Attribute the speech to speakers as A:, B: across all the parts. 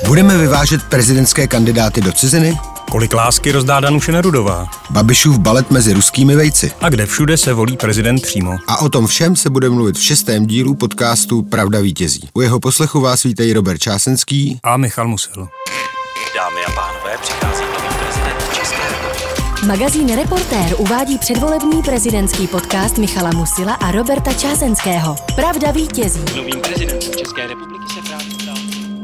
A: Budeme vyvážet prezidentské kandidáty do ciziny?
B: Kolik lásky rozdá Danuše Nerudová?
A: Babišův balet mezi ruskými vejci.
B: A kde všude se volí prezident přímo?
A: A o tom všem se bude mluvit v 6. dílu podcastu Pravda vítězí. U jeho poslechu vás vítají Robert Čásenský
B: a Michal Musil.
C: Dámy a pánové, přichází nový prezident České republiky.
D: Magazín Reportér uvádí předvolební prezidentský podcast Michala Musila a Roberta Čásenského. Pravda vítězí.
C: Novým prezidentem České republiky se právě stal.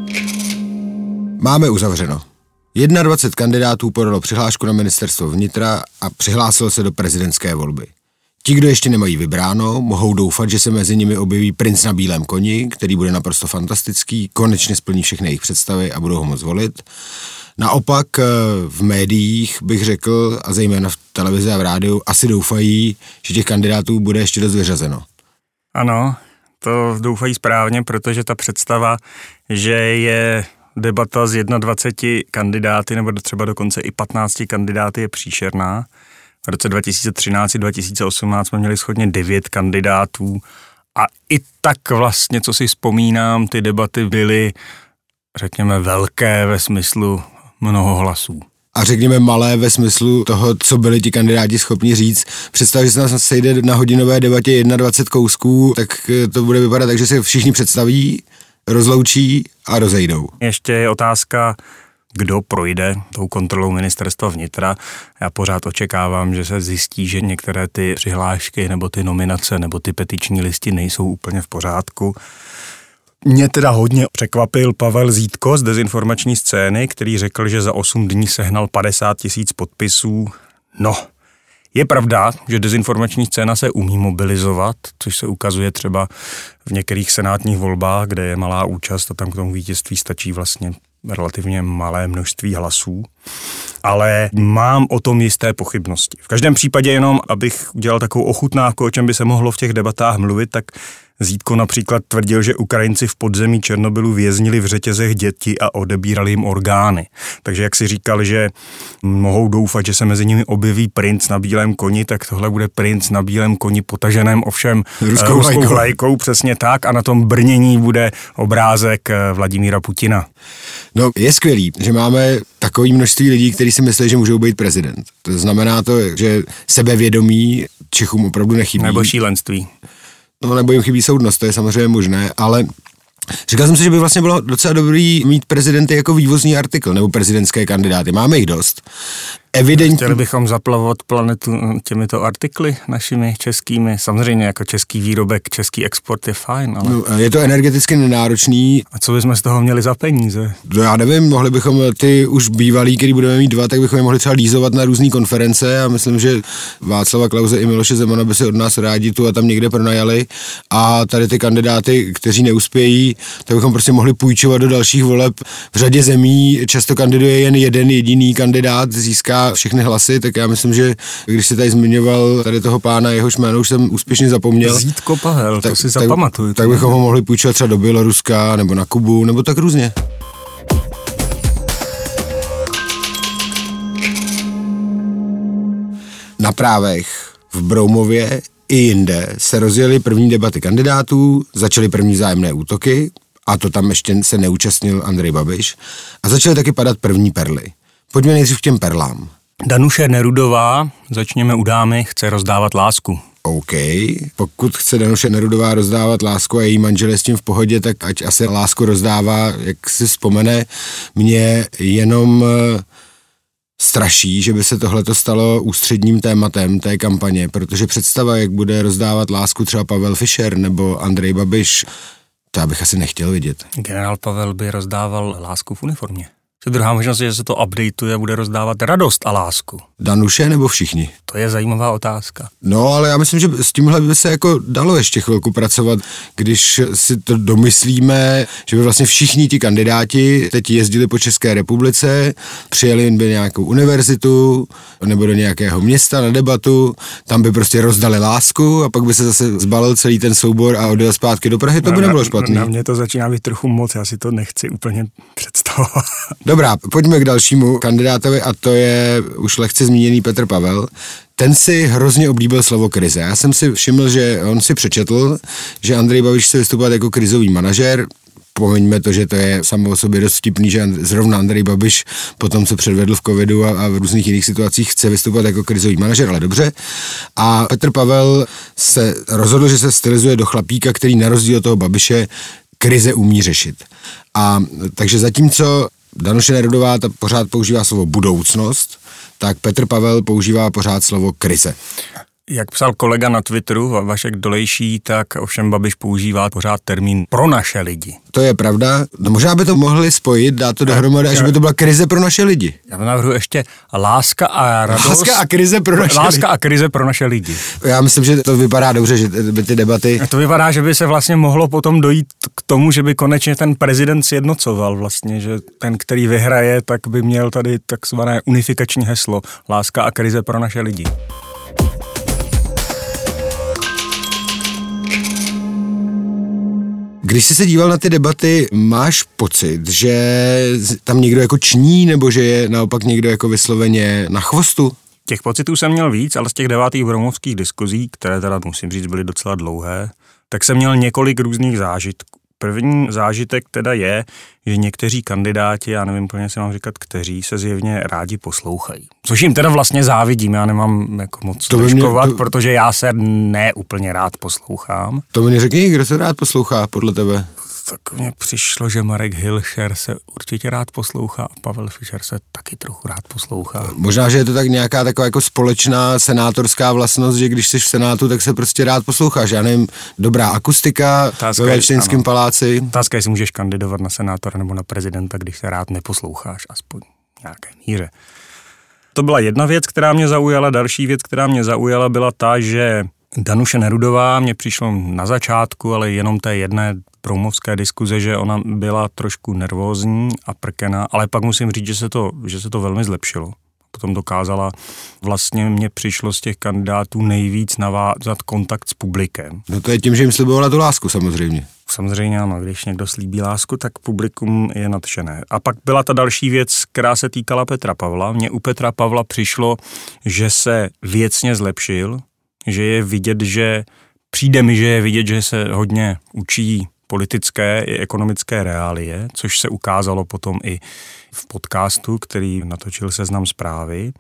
A: Máme uzavřeno. 21 kandidátů podalo přihlášku na ministerstvo vnitra a přihlásilo se do prezidentské volby. Ti, kdo ještě nemají vybráno, mohou doufat, že se mezi nimi objeví princ na bílém koni, který bude naprosto fantastický, konečně splní všechny jejich představy a budou ho moc volit. Naopak v médiích bych řekl, a zejména v televizi a v rádiu, asi doufají, že těch kandidátů bude ještě dost vyřazeno.
B: Ano, to doufají správně, protože ta představa, že je debata z 21 kandidáty, nebo třeba dokonce i 15 kandidáty je příšerná. V roce 2013 a 2018 jsme měli shodně 9 kandidátů a i tak vlastně, co si vzpomínám, ty debaty byly, řekněme, velké ve smyslu mnoho hlasů.
A: A řekněme malé ve smyslu toho, co byli ti kandidáti schopni říct. Představ, že se nás sejde na hodinové debatě 21 kousků, tak to bude vypadat tak, že se všichni představí, rozloučí a rozejdou.
B: Ještě je otázka, kdo projde tou kontrolou ministerstva vnitra. Já pořád očekávám, že se zjistí, že některé ty přihlášky nebo ty nominace nebo ty petiční listy nejsou úplně v pořádku. Mě teda hodně překvapil Pavel Zítko z dezinformační scény, který řekl, že za 8 dní sehnal 50 000 podpisů. No, je pravda, že dezinformační scéna se umí mobilizovat, což se ukazuje třeba v některých senátních volbách, kde je malá účast a tam k tomu vítězství stačí vlastně relativně malé množství hlasů. Ale mám o tom jisté pochybnosti. V každém případě jenom, abych udělal takovou ochutnávku, o čem by se mohlo v těch debatách mluvit, tak Zítko například tvrdil, že Ukrajinci v podzemí Černobylu věznili v řetězech děti a odebírali jim orgány. Takže jak si říkal, že mohou doufat, že se mezi nimi objeví princ na bílém koni, tak tohle bude princ na bílém koni potaženém ovšem ruskou vlajkou, přesně tak, a na tom brnění bude obrázek Vladimíra Putina.
A: No, je skvělý, že máme takové množství lidí, kteří si myslí, že můžou být prezident. To znamená to, že sebevědomí Čechům opravdu nechybí.
B: Nebo šílenství.
A: No, nebo jim chybí soudnost, to je samozřejmě možné, ale říkal jsem si, že by vlastně bylo docela dobrý mít prezidenty jako vývozní artikl, nebo prezidentské kandidáty. Máme jich dost. Evidentně.
B: Chtěli bychom zaplavovat planetu těmito artikly našimi českými. Samozřejmě jako český výrobek, český export je fajn, ale...
A: No, je to energeticky nenáročný.
B: A co bychom z toho měli za peníze?
A: No, já nevím, mohli bychom ty už bývalý, který budeme mít 2, tak bychom je mohli třeba lízovat na různý konference a myslím, že Václava Klause i Miloše Zemana by si od nás rádi tu a tam někde pronajali a tady ty kandidáty, kteří neuspějí, tak bychom prostě mohli půjčovat do dalších voleb. V řadě zemí často kandiduje jen jeden jediný kandidát, získá všechny hlasy, tak já myslím, že když si tady zmiňoval tady toho pána, jehož jméno už jsem úspěšně zapomněl.
B: Zítko Pavel, to si zapamatuju.
A: Tak bychom ho mohli půjčovat třeba do Běloruska, nebo na Kubu, nebo tak různě. Na právech v Broumově i jinde se rozjeli první debaty kandidátů, začaly první vzájemné útoky, a to tam ještě se neúčastnil Andrej Babiš, a začaly taky padat první perly. Pojďme nejdřív k těm perlám.
B: Danuše Nerudová, začněme u dámy, chce rozdávat lásku.
A: OK, pokud chce Danuše Nerudová rozdávat lásku a její manžel je s tím v pohodě, tak ať asi lásku rozdává, jak si vzpomene. Mě jenom straší, že by se tohleto stalo ústředním tématem té kampaně, protože představa, jak bude rozdávat lásku třeba Pavel Fischer nebo Andrej Babiš, to já bych asi nechtěl vidět.
B: Generál Pavel by rozdával lásku v uniformě. Druhá možnost je, že se to updateuje a bude rozdávat radost a lásku.
A: Danuše nebo všichni?
B: To je zajímavá otázka.
A: No, ale já myslím, že s tímhle by se jako dalo ještě chvilku pracovat, když si to domyslíme, že by vlastně všichni ti kandidáti teď jezdili po České republice, přijeli by nějakou univerzitu nebo do nějakého města na debatu, tam by prostě rozdali lásku a pak by se zase zbalil celý ten soubor a odjel zpátky do Prahy, to by nebylo špatný.
B: Na mě to začíná být trochu moc, já si to nechci úplně představovat.
A: Dobrá, pojďme k dalšímu kandidátovi a to je už lehce zmíněný Petr Pavel. Ten si hrozně oblíbil slovo krize. Já jsem si všiml, že on si přečetl, že Andrej Babiš chce vystupovat jako krizový manažer. pomeňme to, že to je samo o sobě dost vtipný, že zrovna Andrej Babiš po tom, co předvedl v covidu a v různých jiných situacích, chce vystupovat jako krizový manažer, ale dobře. A Petr Pavel se rozhodl, že se stylizuje do chlapíka, který na rozdíl od toho Babiše krize umí řešit. A takže zatímco Danuše Nerudová pořád používá slovo budoucnost, tak Petr Pavel používá pořád slovo krize.
B: Jak psal kolega na Twitteru, Vašek Dolejší, tak ovšem Babiš používá pořád termín pro naše lidi.
A: To je pravda. No možná by to mohli spojit, dát to dohromady, až by to byla krize pro naše lidi.
B: Já navrhuji ještě láska a radost.
A: Láska a krize pro naše
B: Láska a krize pro naše lidi.
A: Já myslím, že to vypadá dobře, že by ty debaty...
B: To vypadá, že by se vlastně mohlo potom dojít k tomu, že by konečně ten prezident sjednocoval vlastně, že ten, který vyhraje, tak by měl tady takzvané unifikační heslo láska a krize pro naše lidi.
A: Když jsi se díval na ty debaty, máš pocit, že tam někdo jako ční, nebo že je naopak někdo jako vysloveně na chvostu?
B: Těch pocitů jsem měl víc, ale z těch 9. bromovských diskuzí, které teda musím říct byly docela dlouhé, tak jsem měl několik různých zážitků. První zážitek teda je, že někteří kandidáti, já nevím plně si mám říkat kteří, se zjevně rádi poslouchají. Což jim teda vlastně závidím, já nemám jako moc troškovat, protože já se ne úplně rád poslouchám.
A: To mi neřekni, kdo se rád poslouchá podle tebe?
B: Tak mně přišlo, že Marek Hilšer se určitě rád poslouchá a Pavel Fischer se taky trochu rád poslouchá.
A: Možná, že je to tak nějaká taková jako společná senátorská vlastnost, že když jsi v Senátu, tak se prostě rád posloucháš. Já nevím, dobrá akustika ve Velštinském paláci.
B: Otázka je, jestli můžeš kandidovat na senátora nebo na prezidenta, když se rád neposloucháš, aspoň v nějaké míře. To byla jedna věc, která mě zaujala. Další věc, která mě zaujala, byla ta, že Danuše Nerudová mě přišlo na začátku, ale jenom té jedné broumovské diskuze, že ona byla trošku nervózní a prkená, ale pak musím říct, že se to velmi zlepšilo. Potom dokázala, vlastně mně přišlo z těch kandidátů nejvíc navázat kontakt s publikem.
A: No to je tím, že jim slibovala tu lásku samozřejmě.
B: Samozřejmě ano, když někdo slíbí lásku, tak publikum je nadšené. A pak byla ta další věc, která se týkala Petra Pavla. Mně u Petra Pavla přišlo, že se věcně zlepšil, že je vidět, přijde mi, že je vidět, že se hodně učí politické i ekonomické reálie, což se ukázalo potom i v podcastu, který natočil Seznam Zprávy.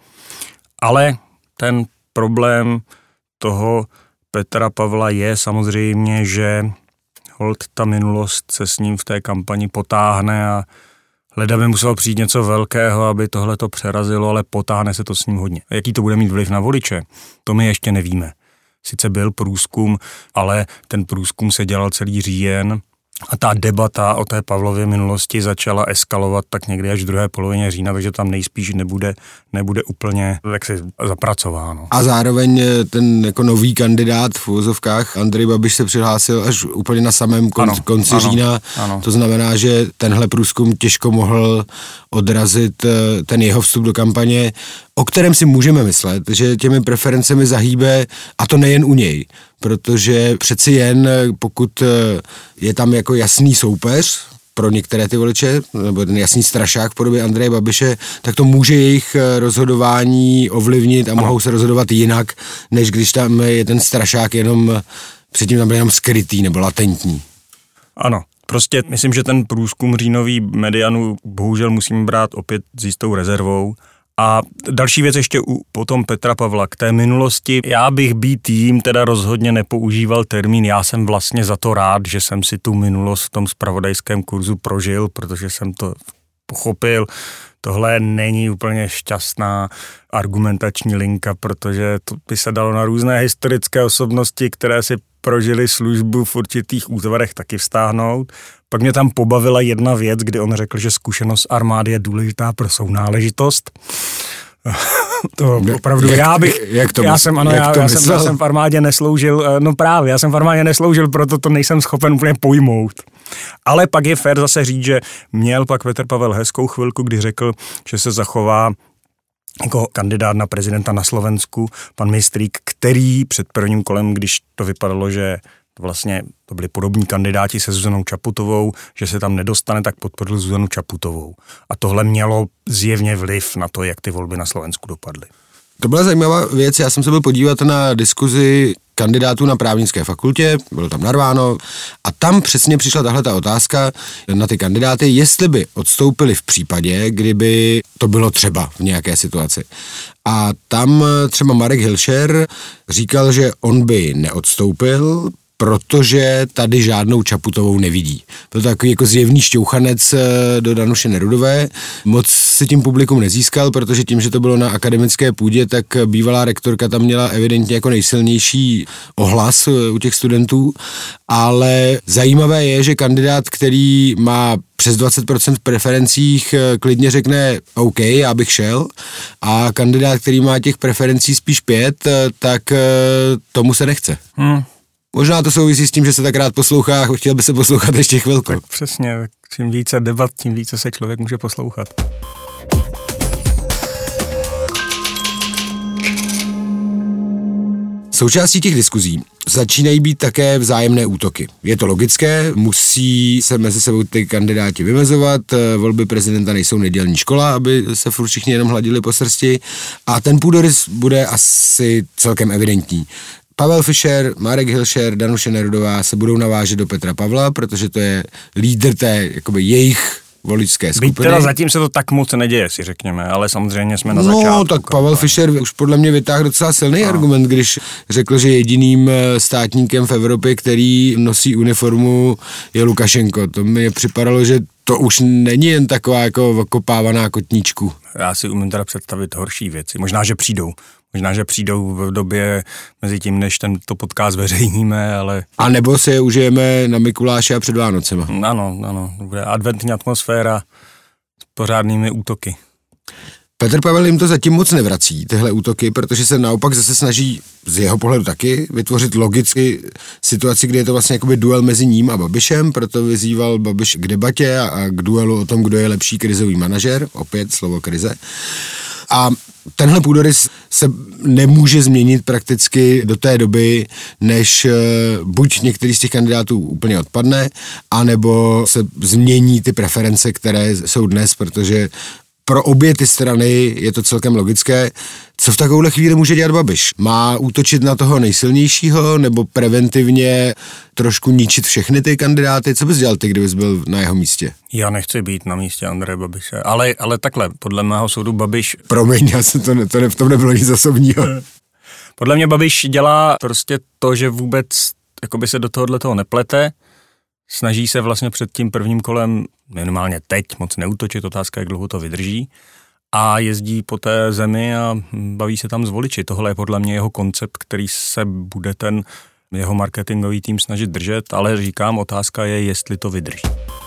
B: Ale ten problém toho Petra Pavla je samozřejmě, že holt ta minulost se s ním v té kampani potáhne a leda by muselo přijít něco velkého, aby tohle to přerazilo, ale potáhne se to s ním hodně. Jaký to bude mít vliv na voliče, to my ještě nevíme. Sice byl průzkum, ale ten průzkum se dělal celý říjen a ta debata o té Pavlově minulosti začala eskalovat tak někdy až v druhé polovině října, takže tam nejspíš nebude úplně jaksi zapracováno.
A: A zároveň ten jako nový kandidát v uvozovkách Andrej Babiš se přihlásil až úplně na samém konci října. Ano. To znamená, že tenhle průzkum těžko mohl odrazit ten jeho vstup do kampaně, o kterém si můžeme myslet, že těmi preferencemi zahýbe, a to nejen u něj, protože přeci jen pokud je tam jako jasný soupeř pro některé ty voliče, nebo ten jasný strašák v podobě Andreje Babiše, tak to může jejich rozhodování ovlivnit a mohou se rozhodovat jinak, než když tam je ten strašák jenom, předtím tam byl jenom skrytý nebo latentní.
B: Ano. Prostě myslím, že ten průzkum říjnový Medianu bohužel musíme brát opět s jistou rezervou. A další věc ještě potom Petra Pavla k té minulosti. Já bych být jím teda rozhodně nepoužíval termín, já jsem vlastně za to rád, že jsem si tu minulost v tom zpravodajském kurzu prožil, protože jsem to pochopil. Tohle není úplně šťastná argumentační linka, protože to by se dalo na různé historické osobnosti, které si prožili službu v určitých útvarech, taky vztáhnout. Pak mě tam pobavila jedna věc, kdy on řekl, že zkušenost armády je důležitá pro sounáležitost. To opravdu, já jsem v armádě nesloužil, no právě, já jsem v armádě nesloužil, proto to nejsem schopen úplně pojmout. Ale pak je fér zase říct, že měl pak Petr Pavel hezkou chvilku, kdy řekl, že se zachová jako kandidát na prezidenta na Slovensku, pan Mistrík, který před prvním kolem, když to vypadalo, že vlastně to byli podobní kandidáti se Zuzanou Čaputovou, že se tam nedostane, tak podpořil Zuzanu Čaputovou. A tohle mělo zjevně vliv na to, jak ty volby na Slovensku dopadly.
A: To byla zajímavá věc, já jsem se byl podívat na diskuzi kandidátů na právnické fakultě, bylo tam narváno a tam přesně přišla tahle ta otázka na ty kandidáty, jestli by odstoupili v případě, kdyby to bylo třeba v nějaké situaci. A tam třeba Marek Hilšer říkal, že on by neodstoupil, protože tady žádnou Čaputovou nevidí. Byl to takový jako zjevný šťouchanec do Danuše Nerudové. Moc si tím publikum nezískal, protože tím, že to bylo na akademické půdě, tak bývalá rektorka tam měla evidentně jako nejsilnější ohlas u těch studentů, ale zajímavé je, že kandidát, který má přes 20% v preferencích, klidně řekne OK, já bych šel, a kandidát, který má těch preferencí spíš 5, tak tomu se nechce. Možná to souvisí s tím, že se tak rád poslouchá a chtěl by se poslouchat ještě chvilku.
B: Tak přesně, čím více debat, tím více se člověk může poslouchat.
A: Součástí těch diskuzí začínají být také vzájemné útoky. Je to logické, musí se mezi sebou ty kandidáti vymezovat, volby prezidenta nejsou nedělní škola, aby se furt všichni jenom hladili po srsti a ten půdorys bude asi celkem evidentní. Pavel Fischer, Marek Hilšer, Danuše Nerudová se budou navážet do Petra Pavla, protože to je lídr té jakoby jejich voličské skupiny.
B: Byť teda zatím se to tak moc neděje, si řekněme, ale samozřejmě jsme na začátku.
A: No, tak Pavel Fischer už podle mě vytáhl docela silný argument, když řekl, že jediným státníkem v Evropě, který nosí uniformu, je Lukašenko. To mi připadalo, že to už není jen taková jako okopávaná kotníčku.
B: Já si umím teda představit horší věci. Možná, že přijdou v době mezi tím, než tento podcast zveřejníme, ale...
A: A nebo se je užijeme na Mikuláše a před Vánocema.
B: Ano, bude adventní atmosféra s pořádnými útoky.
A: Petr Pavel jim to zatím moc nevrací, tyhle útoky, protože se naopak zase snaží z jeho pohledu taky vytvořit logicky situaci, kdy je to vlastně jakoby duel mezi ním a Babišem, proto vyzýval Babiš k debatě a k duelu o tom, kdo je lepší krizový manažer, opět slovo krize. A tenhle půdorys se nemůže změnit prakticky do té doby, než buď některý z těch kandidátů úplně odpadne, anebo se změní ty preference, které jsou dnes, protože pro obě ty strany je to celkem logické. Co v takovouhle chvíli může dělat Babiš? Má útočit na toho nejsilnějšího nebo preventivně trošku ničit všechny ty kandidáty? Co bys dělal ty, kdybys byl na jeho místě?
B: Já nechci být na místě Andreje Babiše, ale takhle, podle mého soudu Babiš...
A: Promiň, já se v tom nebylo nic osobního.
B: Podle mě Babiš dělá prostě to, že vůbec jakoby se do tohoto neplete, snaží se vlastně před tím prvním kolem, minimálně teď, moc neútočit, otázka, jak dlouho to vydrží, a jezdí po té zemi a baví se tam s voliči. Tohle je podle mě jeho koncept, který se bude ten jeho marketingový tým snažit držet, ale říkám, otázka je, jestli to vydrží.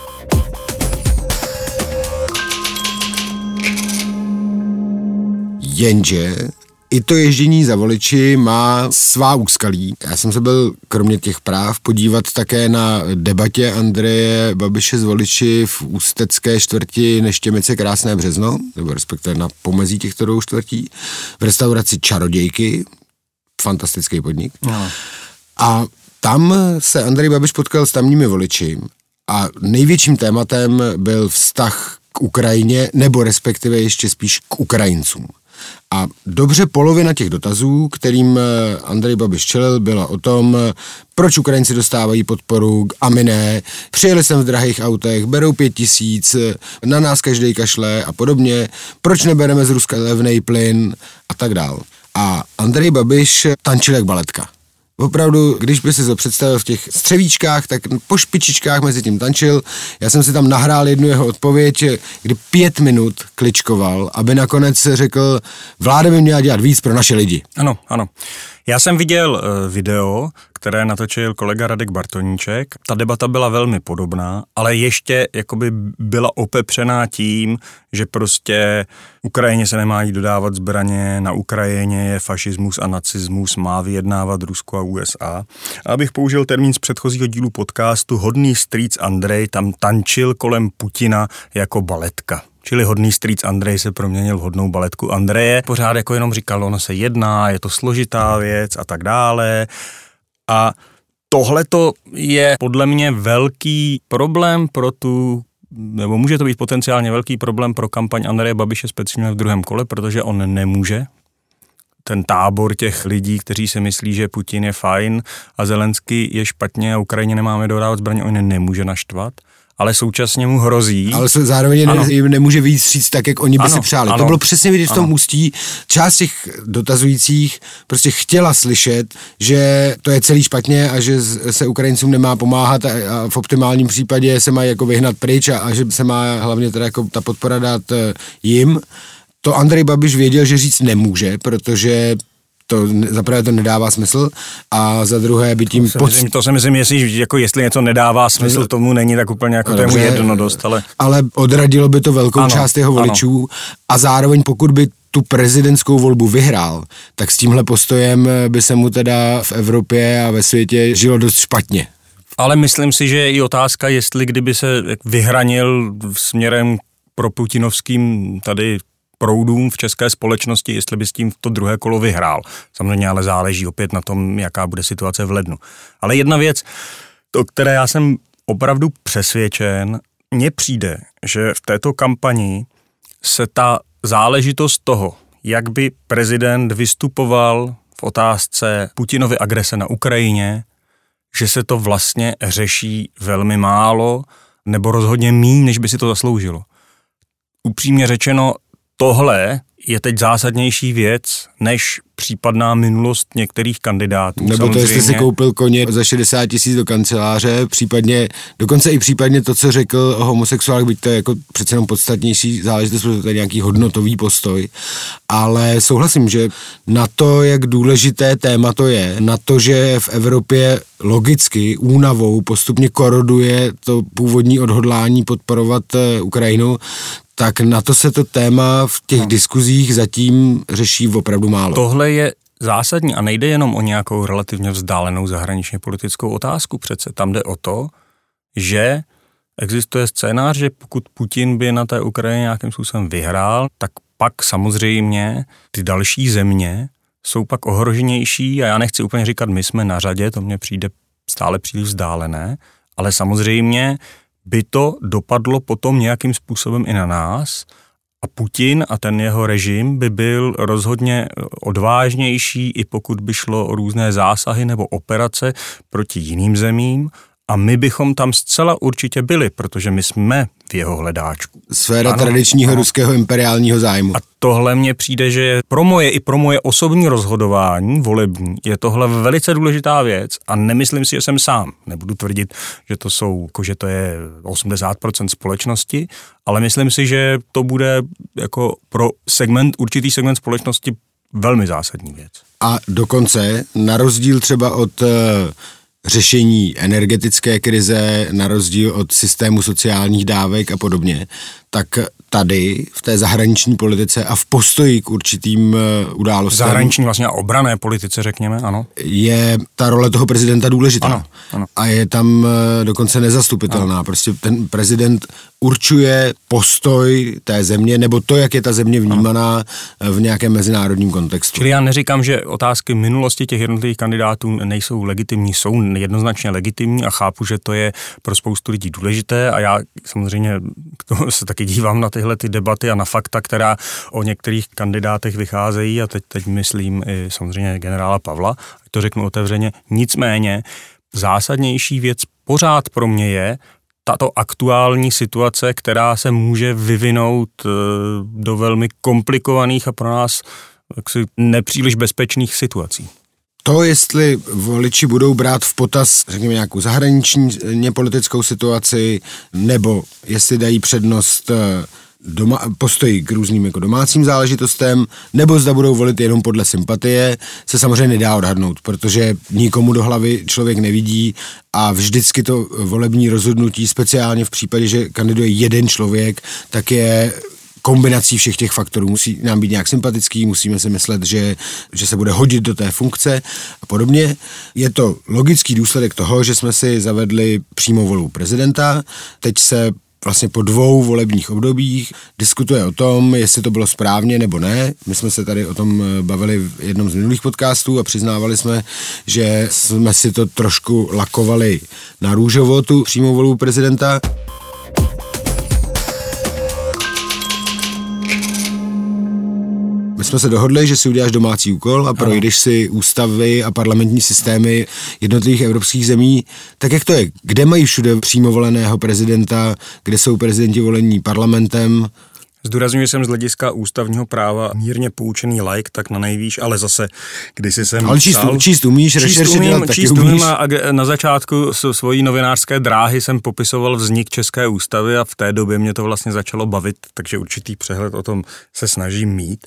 A: Jenže i to ježdění za voliči má svá úskalí. Já jsem se byl kromě těch práv podívat také na debatě Andreje Babiše s voliči v ústecké čtvrti Neštěmice Krásné Březno, nebo respektive na pomezí těchto dvou čtvrtí, v restauraci Čarodějky, fantastický podnik. No. A tam se Andrej Babiš potkal s tamními voliči a největším tématem byl vztah k Ukrajině, nebo respektive ještě spíš k Ukrajincům. A dobře polovina těch dotazů, kterým Andrej Babiš čelil, byla o tom, proč Ukrajinci dostávají podporu a my ne, přijeli jsem v drahých autech, berou 5 000, na nás každej kašle a podobně, proč nebereme z Ruska levnej plyn a tak dál. A Andrej Babiš tančil jak baletka. Opravdu, když by si to představil v těch střevíčkách, tak po špičičkách mezi tím tančil. Já jsem si tam nahrál jednu jeho odpověď, kdy 5 minut kličkoval, aby nakonec řekl, vláda by měla dělat víc pro naše lidi.
B: Ano. Já jsem viděl video, které natočil kolega Radek Bartoníček. Ta debata byla velmi podobná, ale ještě jakoby byla opepřená tím, že prostě Ukrajině se nemá jít dodávat zbraně, na Ukrajině je fašismus a nacismus, má vyjednávat Rusko a USA. A abych použil termín z předchozího dílu podcastu, hodný strýc Andrej tam tančil kolem Putina jako baletka. Čili hodný strýc Andrej se proměnil v hodnou baletku Andreje. Pořád jako jenom říkal, ono se jedná, je to složitá věc a tak dále. A tohleto je podle mě velký problém nebo může to být potenciálně velký problém pro kampaň Andreje Babiše speciálně v druhém kole, protože on nemůže ten tábor těch lidí, kteří si myslí, že Putin je fajn a Zelenský je špatně a Ukrajině nemáme dodávat zbraně, on nemůže naštvat, ale současně mu hrozí.
A: Ale zároveň jim nemůže vyjít vstříc tak, jak oni by si přáli.
B: Ano.
A: To bylo přesně vidět v tom Ústí. Část těch dotazujících prostě chtěla slyšet, že to je celý špatně a že se Ukrajincům nemá pomáhat a v optimálním případě se mají jako vyhnat pryč a že se má hlavně teda jako ta podpora dát jim. To Andrej Babiš věděl, že říct nemůže, protože zaprvé to nedává smysl a za druhé by tím...
B: To si myslím, jestli něco nedává smysl, tomu není tak úplně jako tomu jedno dost,
A: ale odradilo by to velkou část jeho voličů a zároveň pokud by tu prezidentskou volbu vyhrál, tak s tímhle postojem by se mu teda v Evropě a ve světě žilo dost špatně.
B: Ale myslím si, že je i otázka, jestli kdyby se vyhranil směrem pro putinovským tady proudům v české společnosti, jestli by s tím to druhé kolo vyhrál. Samozřejmě ale záleží opět na tom, jaká bude situace v lednu. Ale jedna věc, o které já jsem opravdu přesvědčen, mně přijde, že v této kampani se ta záležitost toho, jak by prezident vystupoval v otázce Putinovy agrese na Ukrajině, že se to vlastně řeší velmi málo, nebo rozhodně míň, než by si to zasloužilo. Upřímně řečeno, tohle je teď zásadnější věc, než případná minulost některých kandidátů.
A: Nebo to, jestli si koupil koně za 60 000 do kanceláře, dokonce i případně to, co řekl o homosexuálech, byť to je jako přece jenom podstatnější záležitost, protože to je nějaký hodnotový postoj. Ale souhlasím, že na to, jak důležité téma to je, na to, že v Evropě logicky únavou postupně koroduje to původní odhodlání podporovat Ukrajinu, tak na to se to téma v těch diskuzích zatím řeší opravdu málo.
B: Tohle je zásadní a nejde jenom o nějakou relativně vzdálenou zahraničně politickou otázku přece. Tam jde o to, že existuje scénář, že pokud Putin by na té Ukrajině nějakým způsobem vyhrál, tak pak samozřejmě ty další země jsou pak ohroženější a já nechci úplně říkat, my jsme na řadě, to mně přijde stále příliš vzdálené, ale samozřejmě by to dopadlo potom nějakým způsobem i na nás a Putin a ten jeho režim by byl rozhodně odvážnější, i pokud by šlo o různé zásahy nebo operace proti jiným zemím a my bychom tam zcela určitě byli, protože my jsme v jeho hledáčku.
A: Sféra tradičního ruského imperiálního zájmu.
B: A tohle mně přijde, že pro moje osobní rozhodování volební je tohle velice důležitá věc a nemyslím si, že jsem sám. Nebudu tvrdit, že to je 80% společnosti, ale myslím si, že to bude jako pro určitý segment společnosti velmi zásadní věc.
A: A dokonce, na rozdíl třeba od řešení energetické krize, na rozdíl od systému sociálních dávek a podobně, tak tady v té zahraniční politice a v postoji k určitým událostem.
B: Zahraniční vlastně a obranné politice, řekněme, ano.
A: Je ta role toho prezidenta důležitá.
B: Ano.
A: A je tam dokonce nezastupitelná. Ano. Prostě ten prezident určuje postoj té země, nebo to, jak je ta země vnímaná v nějakém mezinárodním kontextu.
B: Čili já neříkám, že otázky minulosti těch jednotlivých kandidátů nejsou legitimní, jsou jednoznačně legitimní a chápu, že to je pro spoustu lidí důležité a já samozřejmě k tomu se taky dívám na tyhle ty debaty a na fakta, která o některých kandidátech vycházejí a teď myslím i samozřejmě generála Pavla, ať to řeknu otevřeně. Nicméně zásadnější věc pořád pro mě je tato aktuální situace, která se může vyvinout do velmi komplikovaných a pro nás jaksi nepříliš bezpečných situací.
A: To, jestli voliči budou brát v potaz, řekněme, nějakou zahraniční politickou situaci, nebo jestli dají přednost postoji k různým jako domácím záležitostem, nebo zda budou volit jenom podle sympatie, se samozřejmě nedá odhadnout, protože nikomu do hlavy člověk nevidí a vždycky to volební rozhodnutí, speciálně v případě, že kandiduje jeden člověk, tak je kombinací všech těch faktorů. Musí nám být nějak sympatický, musíme si myslet, že se bude hodit do té funkce a podobně. Je to logický důsledek toho, že jsme si zavedli přímou volbu prezidenta. Teď se vlastně po 2 volebních obdobích diskutuje o tom, jestli to bylo správně nebo ne. My jsme se tady o tom bavili v jednom z minulých podcastů a přiznávali jsme, že jsme si to trošku lakovali na růžovo, tu přímou volbu prezidenta. My jsme se dohodli, že si uděláš domácí úkol a projdeš si ústavy a parlamentní systémy jednotlivých evropských zemí. Tak jak to je? Kde mají všude přímo voleného prezidenta, kde jsou prezidenti volení parlamentem?
B: Zdůrazňuji jsem z hlediska ústavního práva mírně poučený laik, tak na nejvýš, ale zase kdysi jsem
A: ale číst umíš, rešerši dělat taky umíš.
B: A na začátku svojí novinářské dráhy jsem popisoval vznik České ústavy a v té době mě to vlastně začalo bavit, takže určitý přehled o tom se snažím mít.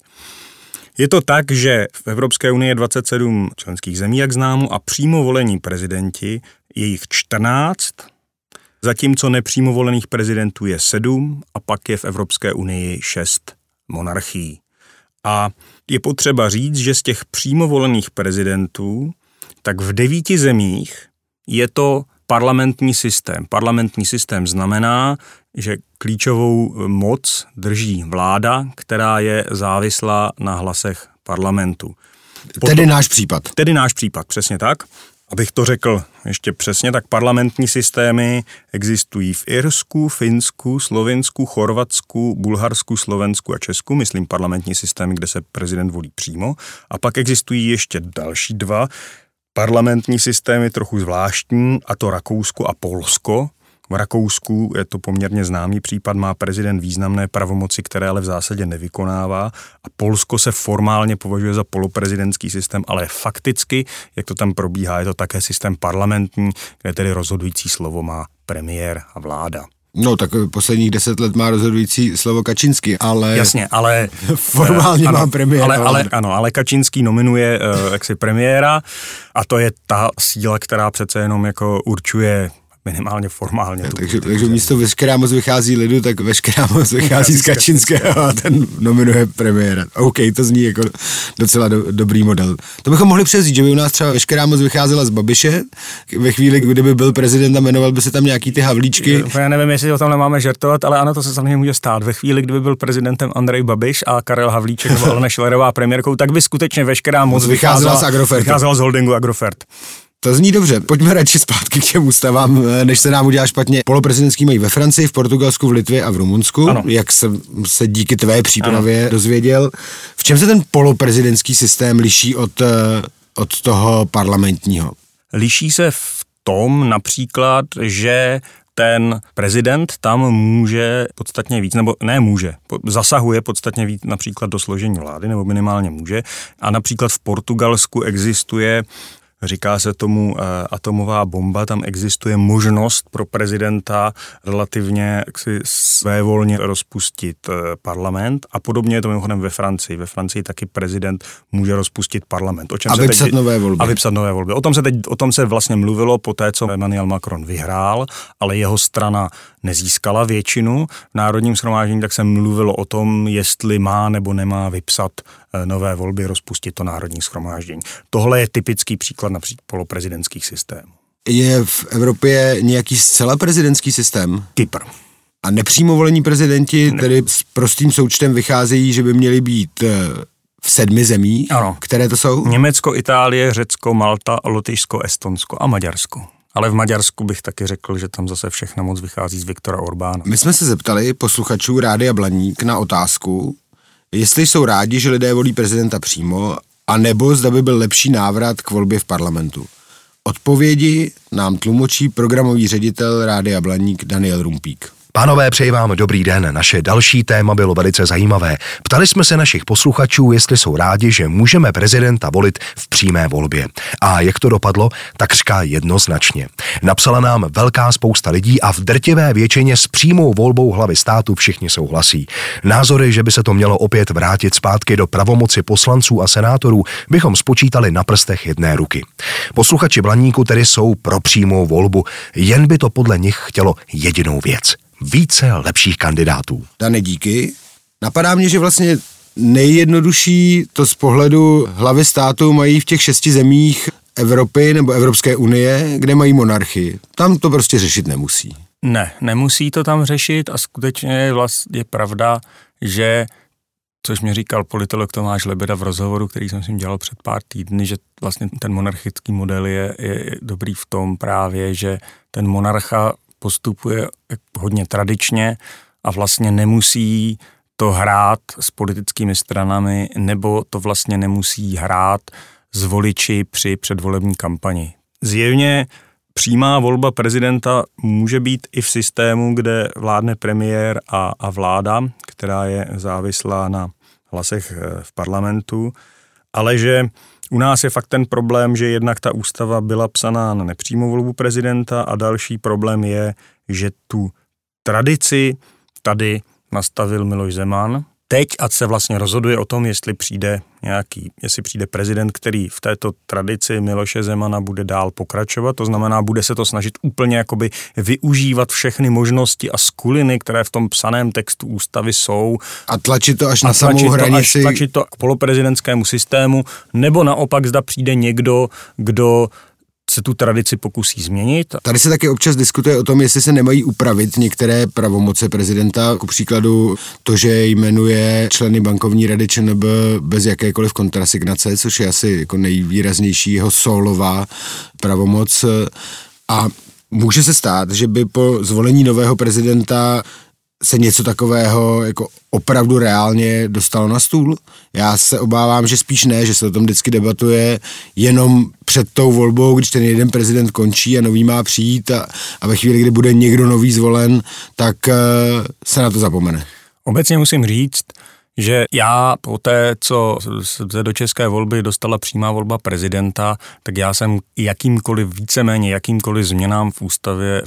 B: Je to tak, že v Evropské unii je 27 členských zemí, jak známo, a přímo volení prezidenti je jich 14, zatímco nepřímo volených prezidentů je 7 a pak je v Evropské unii 6 monarchií. A je potřeba říct, že z těch přímo volených prezidentů, tak v 9 zemích je to parlamentní systém. Parlamentní systém znamená, že klíčovou moc drží vláda, která je závislá na hlasech parlamentu.
A: Tedy náš případ.
B: Tedy náš případ, přesně tak. Abych to řekl ještě přesně, tak parlamentní systémy existují v Irsku, Finsku, Slovinsku, Chorvatsku, Bulharsku, Slovensku a Česku, myslím parlamentní systémy, kde se prezident volí přímo. A pak existují ještě další 2 parlamentní systémy, trochu zvláštní, a to Rakousko a Polsko. V Rakousku je to poměrně známý případ, má prezident významné pravomoci, které ale v zásadě nevykonává, a Polsko se formálně považuje za poloprezidentský systém, ale fakticky, jak to tam probíhá, je to také systém parlamentní, kde tedy rozhodující slovo má premiér a vláda.
A: No, tak posledních 10 let má rozhodující slovo Kačínský, ale...
B: Jasně, ale...
A: formálně má premiéra.
B: Ale Kačínský nominuje jaksi premiéra a to je ta síla, která přece jenom jako určuje minimálně formálně.
A: Takže místo veškerá moc vychází lidu, tak veškerá moc vychází z Kačínského a ten nominuje premiéra. OK, to zní jako docela dobrý model. To bychom mohli převzít, že by u nás třeba veškerá moc vycházela z Babiše, ve chvíli, kdyby byl prezident a jmenoval by se tam nějaký ty Havlíčky.
B: Já nevím, jestli o tom nemáme žertovat, ale ano, to se samozřejmě může stát. Ve chvíli, kdyby byl prezidentem Andrej Babiš a Karel Havlíček nebo Alena Schillerová premiérkou, tak by skutečně veškerá moc vycházela z holdingu Agrofert.
A: To zní dobře. Pojďme radši zpátky k těm ústavám, než se nám udělá špatně. Poloprezidentský mají ve Francii, v Portugalsku, v Litvě a v Rumunsku. Ano. Jak jsem se díky tvé přípravě dozvěděl. V čem se ten poloprezidentský systém liší od toho parlamentního?
B: Liší se v tom například, že ten prezident tam může podstatně víc, nebo ne může, zasahuje podstatně víc například do složení vlády, nebo minimálně může. A například v Portugalsku existuje, říká se tomu atomová bomba, tam existuje možnost pro prezidenta relativně svévolně rozpustit parlament a podobně je to mimochodem ve Francii. Ve Francii taky prezident může rozpustit parlament.
A: A vypsat nové volby.
B: A vypsat nové volby. O tom se vlastně mluvilo po té, co Emmanuel Macron vyhrál, ale jeho strana nezískala většinu v Národním shromáždění, tak se mluvilo o tom, jestli má nebo nemá vypsat nové volby, rozpustit to Národní shromáždění. Tohle je typický příklad například poloprezidentských systémů.
A: Je v Evropě nějaký zcela prezidentský systém?
B: Kypr.
A: A nepřímo volení prezidenti tedy s prostým součtem vycházejí, že by měli být v 7 zemích,
B: ano.
A: Které to jsou?
B: Německo, Itálie, Řecko, Malta, Lotyšsko, Estonsko a Maďarsko. Ale v Maďarsku bych taky řekl, že tam zase všechna moc vychází z Viktora Orbána.
A: My jsme se zeptali posluchačů Rádia Blaník na otázku, jestli jsou rádi, že lidé volí prezidenta přímo, anebo zda by byl lepší návrat k volbě v parlamentu. Odpovědi nám tlumočí programový ředitel Rádia Blaník Daniel Rumpík.
E: Pánové, přeji vám dobrý den. Naše další téma bylo velice zajímavé. Ptali jsme se našich posluchačů, jestli jsou rádi, že můžeme prezidenta volit v přímé volbě. A jak to dopadlo? Takřka jednoznačně. Napsala nám velká spousta lidí a v drtivé většině s přímou volbou hlavy státu všichni souhlasí. Názory, že by se to mělo opět vrátit zpátky do pravomoci poslanců a senátorů, bychom spočítali na prstech jedné ruky. Posluchači Blaníku tedy jsou pro přímou volbu, jen by to podle nich chtělo jedinou věc. Více lepších kandidátů.
A: Dane, díky. Napadá mě, že vlastně nejjednodušší to z pohledu hlavy státu mají v těch 6 zemích Evropy nebo Evropské unie, kde mají monarchii. Tam to prostě řešit nemusí.
B: Ne, nemusí to tam řešit a skutečně je pravda, že, což mi říkal politolog Tomáš Lebeda v rozhovoru, který jsem s ním dělal před pár týdny, že vlastně ten monarchický model je dobrý v tom právě, že ten monarcha postupuje hodně tradičně a vlastně nemusí to hrát s politickými stranami, nebo to vlastně nemusí hrát s voliči při předvolební kampani. Zjevně přímá volba prezidenta může být i v systému, kde vládne premiér a vláda, která je závislá na hlasech v parlamentu, ale že u nás je fakt ten problém, že jednak ta ústava byla psaná na nepřímou volbu prezidenta a další problém je, že tu tradici tady nastavil Miloš Zeman. Teď, ať se vlastně rozhoduje o tom, jestli přijde prezident, který v této tradici Miloše Zemana bude dál pokračovat, to znamená, bude se to snažit úplně jakoby využívat všechny možnosti a skuliny, které v tom psaném textu ústavy jsou.
A: A tlačit to až na samou hranici.
B: Tlačit to k poloprezidentskému systému, nebo naopak zda přijde někdo, kdo se tu tradici pokusí změnit.
A: Tady se taky občas diskutuje o tom, jestli se nemají upravit některé pravomoce prezidenta, ku příkladu to, že jmenuje členy bankovní rady ČNB bez jakékoliv kontrasignace, což je asi jako nejvýraznější jeho sólová pravomoc. A může se stát, že by po zvolení nového prezidenta se něco takového jako opravdu reálně dostalo na stůl? Já se obávám, že spíš ne, že se o tom vždycky debatuje jenom před tou volbou, když ten jeden prezident končí a nový má přijít a ve chvíli, kdy bude někdo nový zvolen, tak se na to zapomene.
B: Obecně musím říct, že já po té, co se do české volby dostala přímá volba prezidenta, tak já jsem víceméně jakýmkoliv změnám v ústavě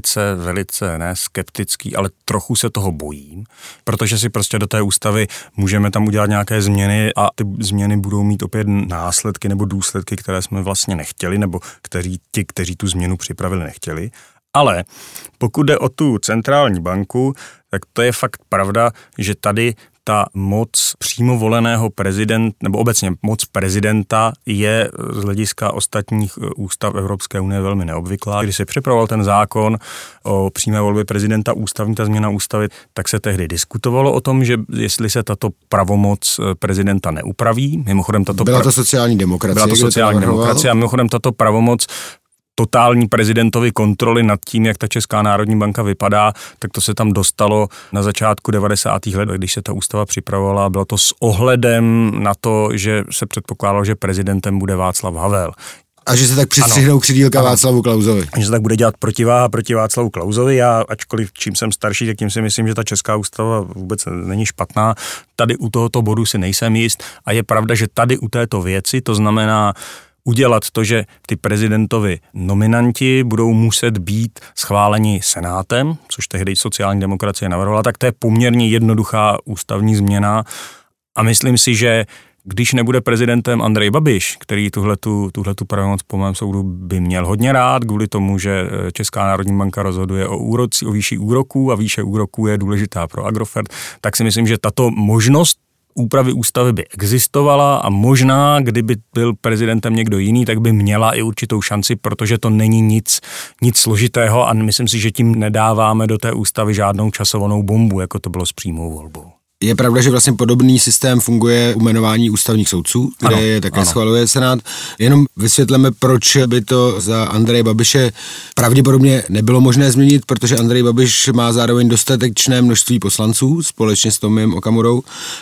B: velice ne skeptický, ale trochu se toho bojím, protože si prostě do té ústavy můžeme tam udělat nějaké změny a ty změny budou mít opět následky nebo důsledky, které jsme vlastně nechtěli, nebo kteří tu změnu připravili, nechtěli. Ale pokud jde o tu centrální banku, tak to je fakt pravda, že tady ta moc přímo voleného prezidenta, nebo obecně moc prezidenta je z hlediska ostatních ústav Evropské unie velmi neobvyklá. Když se připravoval ten zákon o přímé volbě prezidenta, ta změna ústavy, tak se tehdy diskutovalo o tom, že jestli se tato pravomoc prezidenta neupraví, mimochodem
A: Byla to sociální demokracie.
B: A mimochodem tato pravomoc totální prezidentovi kontroly nad tím, jak ta Česká národní banka vypadá, tak to se tam dostalo na začátku 90. let, když se ta ústava připravovala. Bylo to s ohledem na to, že se předpokládalo, že prezidentem bude Václav Havel.
A: A že se tak přistřihnou křidílka Václavu Klausovi.
B: Že se tak bude dělat protiváha proti Václavu Klausovi. Já, ačkoliv čím jsem starší, tak tím si myslím, že ta česká ústava vůbec není špatná. Tady u tohoto bodu si nejsem jist a je pravda, že tady u této věci, to znamená udělat to, že ty prezidentovi nominanti budou muset být schváleni senátem, což tehdy sociální demokracie navrhovala, tak to je poměrně jednoduchá ústavní změna a myslím si, že když nebude prezidentem Andrej Babiš, který tuhletu pravomoc po mém soudu by měl hodně rád, kvůli tomu, že Česká národní banka rozhoduje o výši úroků a výše úroků je důležitá pro Agrofert, tak si myslím, že tato možnost úpravy ústavy by existovala a možná, kdyby byl prezidentem někdo jiný, tak by měla i určitou šanci, protože to není nic složitého a myslím si, že tím nedáváme do té ústavy žádnou časovanou bombu, jako to bylo s přímou volbou.
A: Je pravda, že vlastně podobný systém funguje u jmenování ústavních soudců, kde je také schvaluje Senát. Jenom vysvětleme, proč by to za Andreje Babiše pravděpodobně nebylo možné změnit, protože Andrej Babiš má zároveň dostatečné množství poslanců společně s Tomiem Okamurou,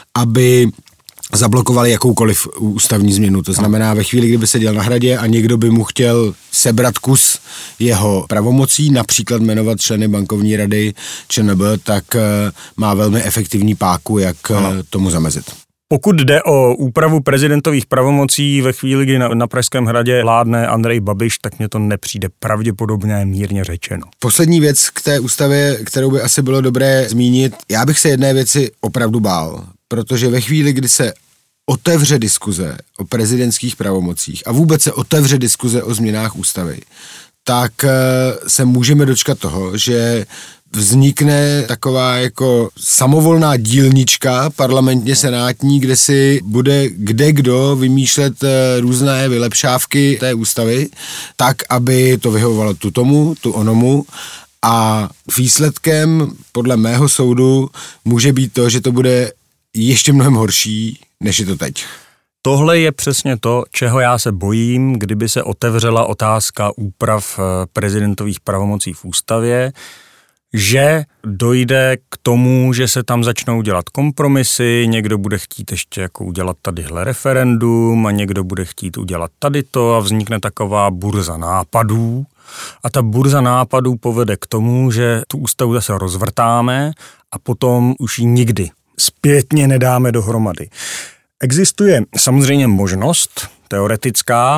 A: aby zablokovali jakoukoliv ústavní změnu. To znamená, ve chvíli, kdyby seděl na Hradě a někdo by mu chtěl sebrat kus jeho pravomocí, například jmenovat členy bankovní rady ČNB, tak má velmi efektivní páku, jak tomu zamezit.
B: Pokud jde o úpravu prezidentových pravomocí ve chvíli, kdy na Pražském hradě vládne Andrej Babiš, tak mně to nepřijde pravděpodobně mírně řečeno.
A: Poslední věc k té ústavě, kterou by asi bylo dobré zmínit, já bych se jedné věci opravdu bál, protože ve chvíli, kdy se otevře diskuze o prezidentských pravomocích a vůbec se otevře diskuze o změnách ústavy, tak se můžeme dočkat toho, že vznikne taková jako samovolná dílnička parlamentně senátní, kde si bude kdo vymýšlet různé vylepšávky té ústavy, tak, aby to vyhovovalo tu tomu, tu onomu. A výsledkem podle mého soudu může být to, že to bude ještě mnohem horší, než je to teď.
B: Tohle je přesně to, čeho já se bojím, kdyby se otevřela otázka úprav prezidentových pravomocí v ústavě, že dojde k tomu, že se tam začnou dělat kompromisy, někdo bude chtít ještě jako udělat tadyhle referendum a někdo bude chtít udělat tady to a vznikne taková burza nápadů. A ta burza nápadů povede k tomu, že tu ústavu zase rozvrtáme a potom už ji nikdy zpětně nedáme dohromady. Existuje samozřejmě možnost teoretická,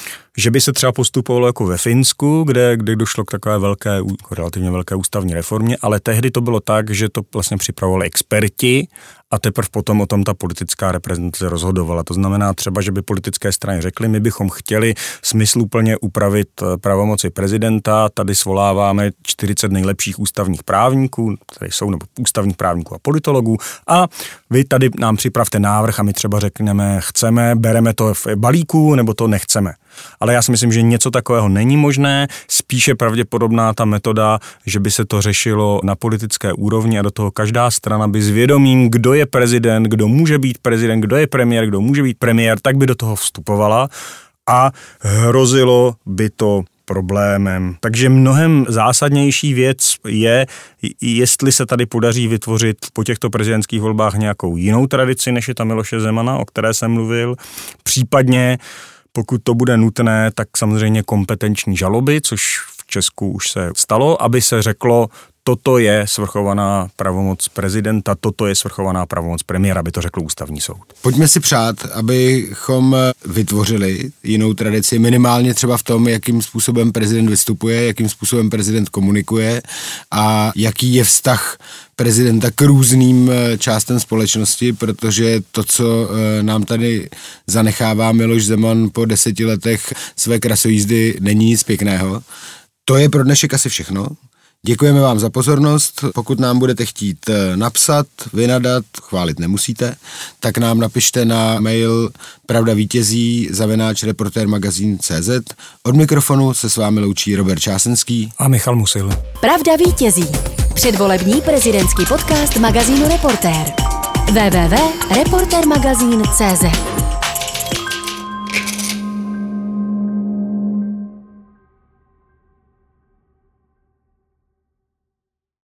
B: že by se třeba postupovalo jako ve Finsku, kde došlo k takové relativně velké ústavní reformě, ale tehdy to bylo tak, že to vlastně připravovali experti a teprve potom o tom ta politická reprezentace rozhodovala. To znamená třeba, že by politické strany řekly, my bychom chtěli smysluplně upravit pravomoci prezidenta, tady svoláváme 40 nejlepších ústavních právníků, tady jsou nebo ústavních právníků a politologů a vy tady nám připravte návrh a my třeba řekneme, chceme, bereme to v balíku nebo to nechceme. Ale já si myslím, že něco takového není možné, spíše pravděpodobná ta metoda, že by se to řešilo na politické úrovni a do toho každá strana by s vědomím, kdo je prezident, kdo může být prezident, kdo je premiér, kdo může být premiér, tak by do toho vstupovala a hrozilo by to problémem. Takže mnohem zásadnější věc je, jestli se tady podaří vytvořit po těchto prezidentských volbách nějakou jinou tradici, než je ta Miloše Zemana, o které jsem mluvil, případně pokud to bude nutné, tak samozřejmě kompetenční žaloby, což v Česku už se stalo, aby se řeklo, toto je svrchovaná pravomoc prezidenta, toto je svrchovaná pravomoc premiéra, aby to řekl ústavní soud.
A: Pojďme si přát, abychom vytvořili jinou tradici, minimálně třeba v tom, jakým způsobem prezident vystupuje, jakým způsobem prezident komunikuje a jaký je vztah prezidenta k různým částem společnosti, protože to, co nám tady zanechává Miloš Zeman po 10 letech své krasojízdy, není nic pěkného. To je pro dnešek asi všechno. Děkujeme vám za pozornost. Pokud nám budete chtít napsat, vynadat, chválit nemusíte, tak nám napište na mail pravdavítězí@reportermagazin.cz. Od mikrofonu se s vámi loučí Robert Čásenský
B: a Michal Musil.
D: Pravda vítězí. Předvolební prezidentský podcast magazínu Reportér. www.reportermagazin.cz